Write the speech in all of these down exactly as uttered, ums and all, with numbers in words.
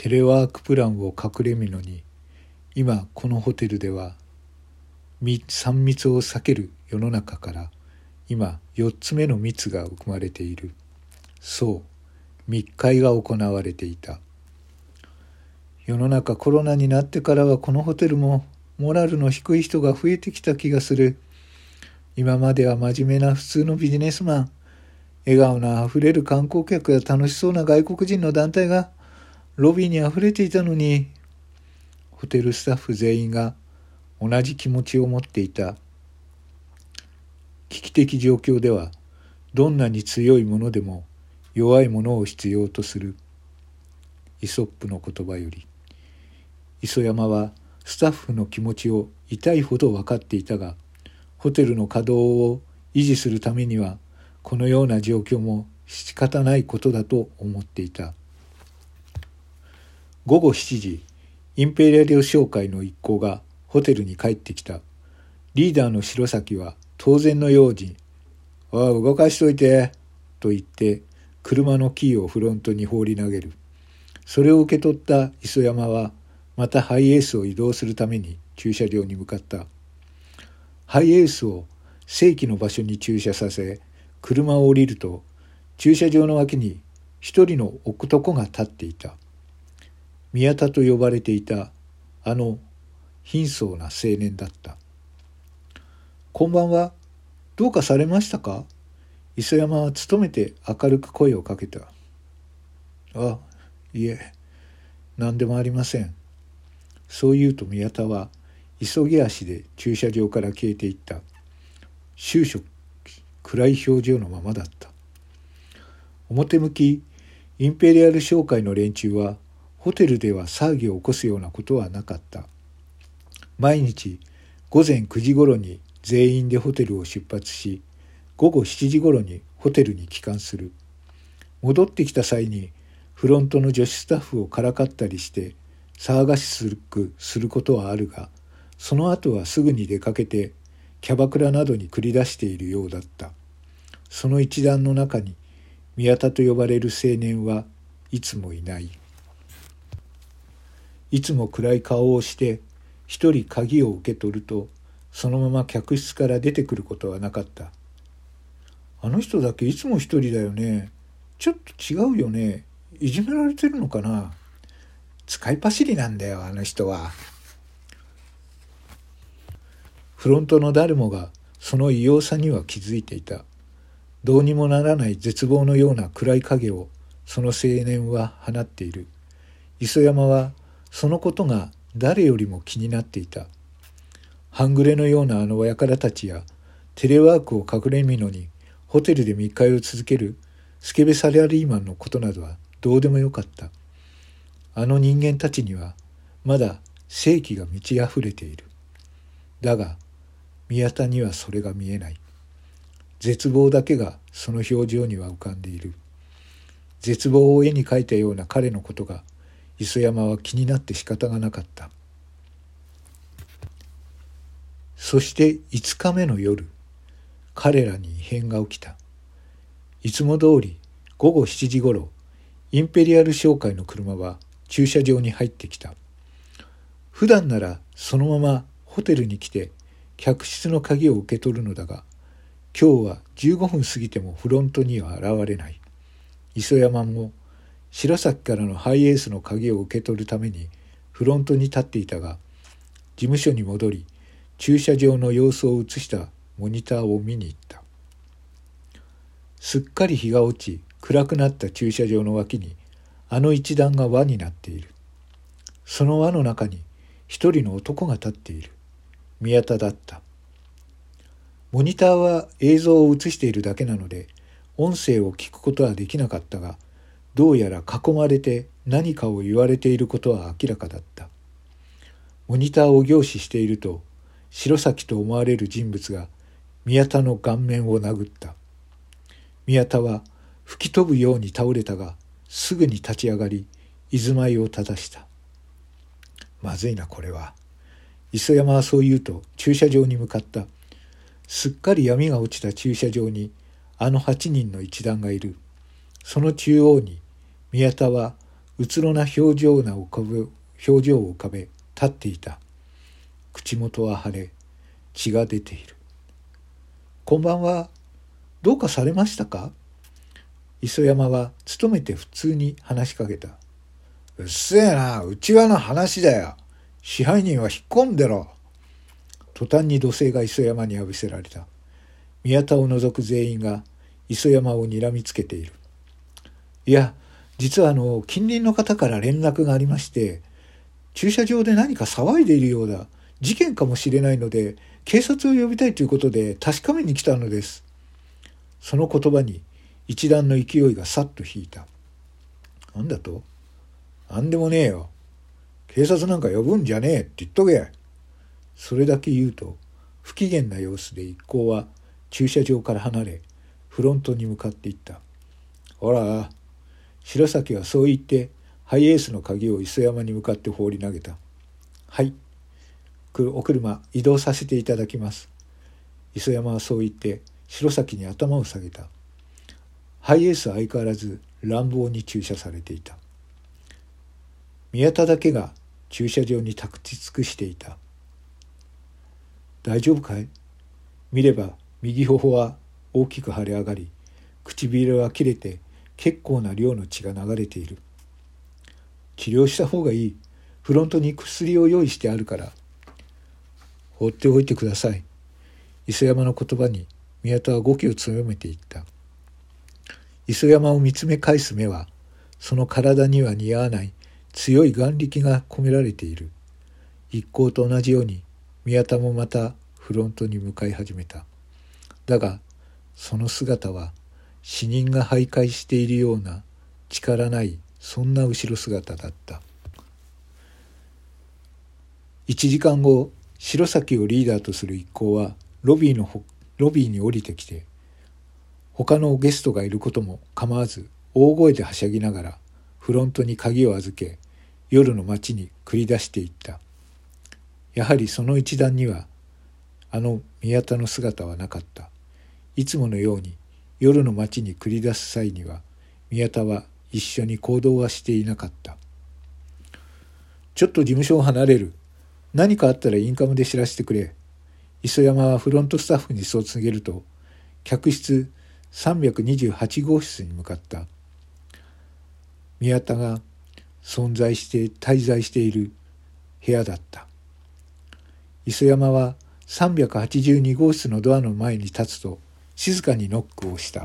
テレワークプランを隠れみのに、今このホテルではさん密を避ける世の中から今よっつめの密が生まれている。そう密会が行われていた。世の中コロナになってからはこのホテルもモラルの低い人が増えてきた気がする。今までは真面目な普通のビジネスマン、笑顔のあふれる観光客や楽しそうな外国人の団体がロビーにあふれていたのに、ホテルスタッフ全員が同じ気持ちを持っていた。危機的状況ではどんなに強いものでも弱いものを必要とする。イソップの言葉より。磯山はスタッフの気持ちを痛いほど分かっていたが、ホテルの稼働を維持するためにはこのような状況も仕方ないことだと思っていた。ごごしちじ、インペリアル商会の一行がホテルに帰ってきた。リーダーの白崎は当然のように、おい動かしといて、と言って車のキーをフロントに放り投げる。それを受け取った磯山はまたハイエースを移動するために駐車場に向かった。ハイエースを正規の場所に駐車させ、車を降りると駐車場の脇に一人の男が立っていた。宮田と呼ばれていたあの貧相な青年だった。こんばんは。どうかされましたか？磯山は努めて明るく声をかけた。あ、いえ、何でもありません。そう言うと宮田は急ぎ足で駐車場から消えていった。終始暗い表情のままだった。表向きインペリアル商会の連中はホテルでは騒ぎを起こすようなことはなかった。毎日午前くじごろに全員でホテルを出発し、午後しちじごろにホテルに帰還する。戻ってきた際にフロントの女子スタッフをからかったりして騒がしくすることはあるが、その後はすぐに出かけてキャバクラなどに繰り出しているようだった。その一団の中に宮田と呼ばれる青年はいつもいない。いつも暗い顔をして一人鍵を受け取るとそのまま客室から出てくることはなかった。あの人だけいつも一人だよね。ちょっと違うよね。いじめられてるのかな。使いっ走りなんだよ、あの人は。フロントの誰もがその異様さには気づいていた。どうにもならない絶望のような暗い影をその青年は放っている。磯山はそのことが誰よりも気になっていた。半グレのようなあの親方たちやテレワークを隠れみのにホテルで密会を続けるスケベサラリーマンのことなどはどうでもよかった。あの人間たちにはまだ正気が満ち溢れている。だが宮田にはそれが見えない。絶望だけがその表情には浮かんでいる。絶望を絵に描いたような彼のことが磯山は気になって仕方がなかった。そしていつかめの夜、彼らに異変が起きた。いつも通りごごしちじごろ、インペリアル商会の車は駐車場に入ってきた。普段ならそのままホテルに来て客室の鍵を受け取るのだが、今日はじゅうごふん過ぎてもフロントには現れない。磯山も白崎からのハイエースの鍵を受け取るためにフロントに立っていたが、事務所に戻り駐車場の様子を映したモニターを見に行った。すっかり日が落ち暗くなった駐車場の脇にあの一団が輪になっている。その輪の中に一人の男が立っている。宮田だった。モニターは映像を映しているだけなので音声を聞くことはできなかったが、どうやら囲まれて何かを言われていることは明らかだった。モニターを凝視していると、白崎と思われる人物が宮田の顔面を殴った。宮田は吹き飛ぶように倒れたが、すぐに立ち上がり、居住まいを正した。まずいなこれは。磯山はそう言うと駐車場に向かった。すっかり闇が落ちた駐車場にあの八人の一団がいる。その中央に宮田はうつろな表情な浮かぶ表情を浮かべ立っていた。口元は腫れ、血が出ている。こんばんは。どうかされましたか？磯山は努めて普通に話しかけた。うっせえな、うちわの話だよ。支配人は引っ込んでろ。途端に怒声が磯山に浴びせられた。宮田を除く全員が磯山を睨みつけている。いや、実はあの近隣の方から連絡がありまして、駐車場で何か騒いでいるようだ。事件かもしれないので警察を呼びたいということで確かめに来たのです。その言葉に一段の勢いがさっと引いた。なんだと？なんでもねえよ。警察なんか呼ぶんじゃねえって言っとけ。それだけ言うと不機嫌な様子で一行は駐車場から離れフロントに向かっていった。ほら、白崎はそう言ってハイエースの鍵を磯山に向かって放り投げた。はい、お車移動させていただきます。磯山はそう言って白崎に頭を下げた。ハイエースは相変わらず乱暴に駐車されていた。宮田だけが駐車場に立ち尽くしていた。大丈夫かい？見れば右頬は大きく腫れ上がり、唇は切れて結構な量の血が流れている。治療した方がいい。フロントに薬を用意してあるから。放っておいてください。磯山の言葉に宮田は語気を強めていった。磯山を見つめ返す目は、その体には似合わない強い眼力が込められている。一行と同じように宮田もまたフロントに向かい始めた。だがその姿は死人が徘徊しているような力ない、そんな後ろ姿だった。一時間後、白崎をリーダーとする一行はロビーのロビーに降りてきて、他のゲストがいることも構わず大声ではしゃぎながらフロントに鍵を預け、夜の街に繰り出していった。やはりその一団にはあの宮田の姿はなかった。いつものように夜の街に繰り出す際には宮田は一緒に行動はしていなかった。ちょっと事務所を離れる。何かあったらインカムで知らせてくれ。磯山はフロントスタッフにそう告げると、客室さんびゃくにじゅうはちごう室に向かった。宮田が存在して滞在している部屋だった。磯山はさんびゃくはちじゅうにごう室のドアの前に立つと静かにノックをした。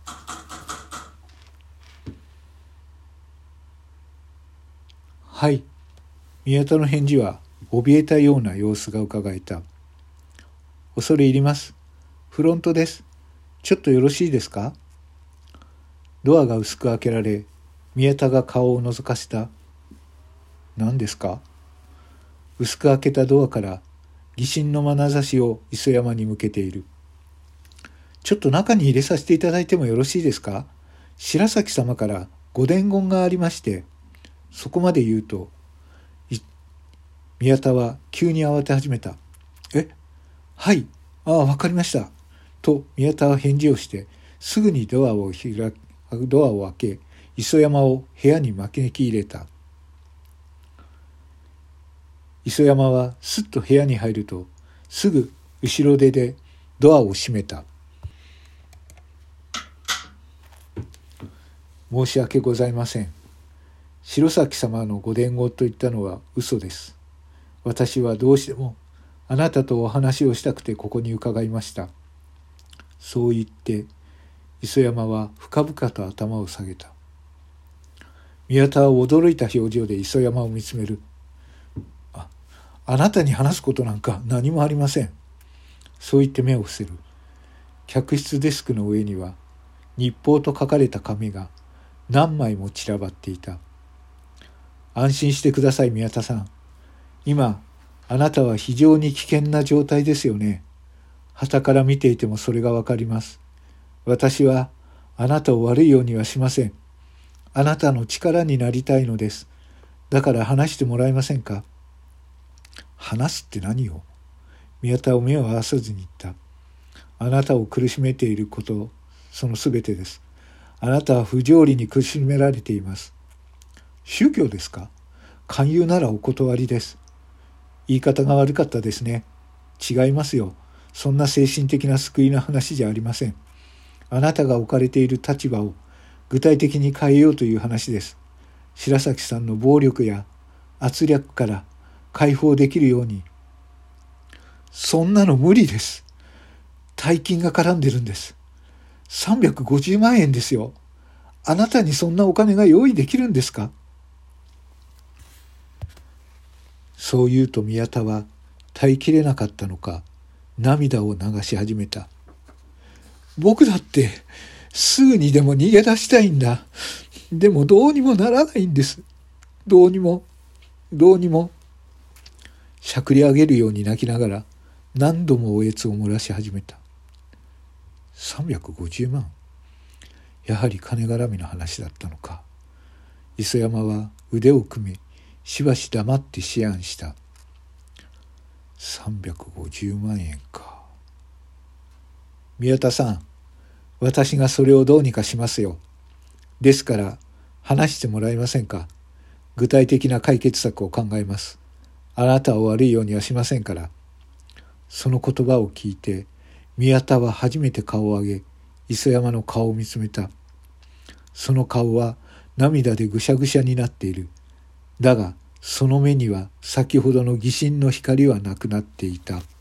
はい。宮田の返事は怯えたような様子がうかがえた。恐れ入ります。フロントです。ちょっとよろしいですか？ドアが薄く開けられ、宮田が顔を覗かせた。何ですか？薄く開けたドアから疑心の眼差しを磯山に向けている。ちょっと中に入れさせていただいてもよろしいですか？白崎様からご伝言がありまして。そこまで言うと、宮田は急に慌て始めた。え、はい、ああ、わかりました。と宮田は返事をして、すぐにドアを開き、ドアを開け、磯山を部屋に招き入れた。磯山はすっと部屋に入ると、すぐ後ろ手でドアを閉めた。申し訳ございません。白崎様のご伝言と言ったのは嘘です。私はどうしてもあなたとお話をしたくてここに伺いました。そう言って磯山は深々と頭を下げた。宮田は驚いた表情で磯山を見つめる。あ、あなたに話すことなんか何もありません。そう言って目を伏せる。客室デスクの上には日報と書かれた紙が何枚も散らばっていた。安心してください、宮田さん。今、あなたは非常に危険な状態ですよね。傍から見ていてもそれがわかります。私はあなたを悪いようにはしません。あなたの力になりたいのです。だから話してもらえませんか？話すって何を？宮田は目を合わさずに言った。あなたを苦しめていること、そのすべてです。あなたは不条理に苦しめられています。 宗教ですか？勧誘ならお断りです。言い方が悪かったですね。違いますよ。そんな精神的な救いの話じゃありません。あなたが置かれている立場を具体的に変えようという話です。白崎さんの暴力や圧力から解放できるように。そんなの無理です。大金が絡んでるんです。さんびゃくごじゅうまんえんですよ。あなたにそんなお金が用意できるんですか？そう言うと宮田は耐えきれなかったのか涙を流し始めた。僕だってすぐにでも逃げ出したいんだ。でもどうにもならないんです。どうにもどうにも。しゃくり上げるように泣きながら何度もおえつを漏らし始めた。さんびゃくごじゅうまん。やはり金絡みの話だったのか。磯山は腕を組みしばし黙って思案した。さんびゃくごじゅうまんえんか。宮田さん、私がそれをどうにかしますよ。ですから話してもらえませんか。具体的な解決策を考えます。あなたを悪いようにはしませんから。その言葉を聞いて宮田は初めて顔を上げ磯山の顔を見つめた。その顔は涙でぐしゃぐしゃになっている。だがその目には先ほどの疑心の光はなくなっていた。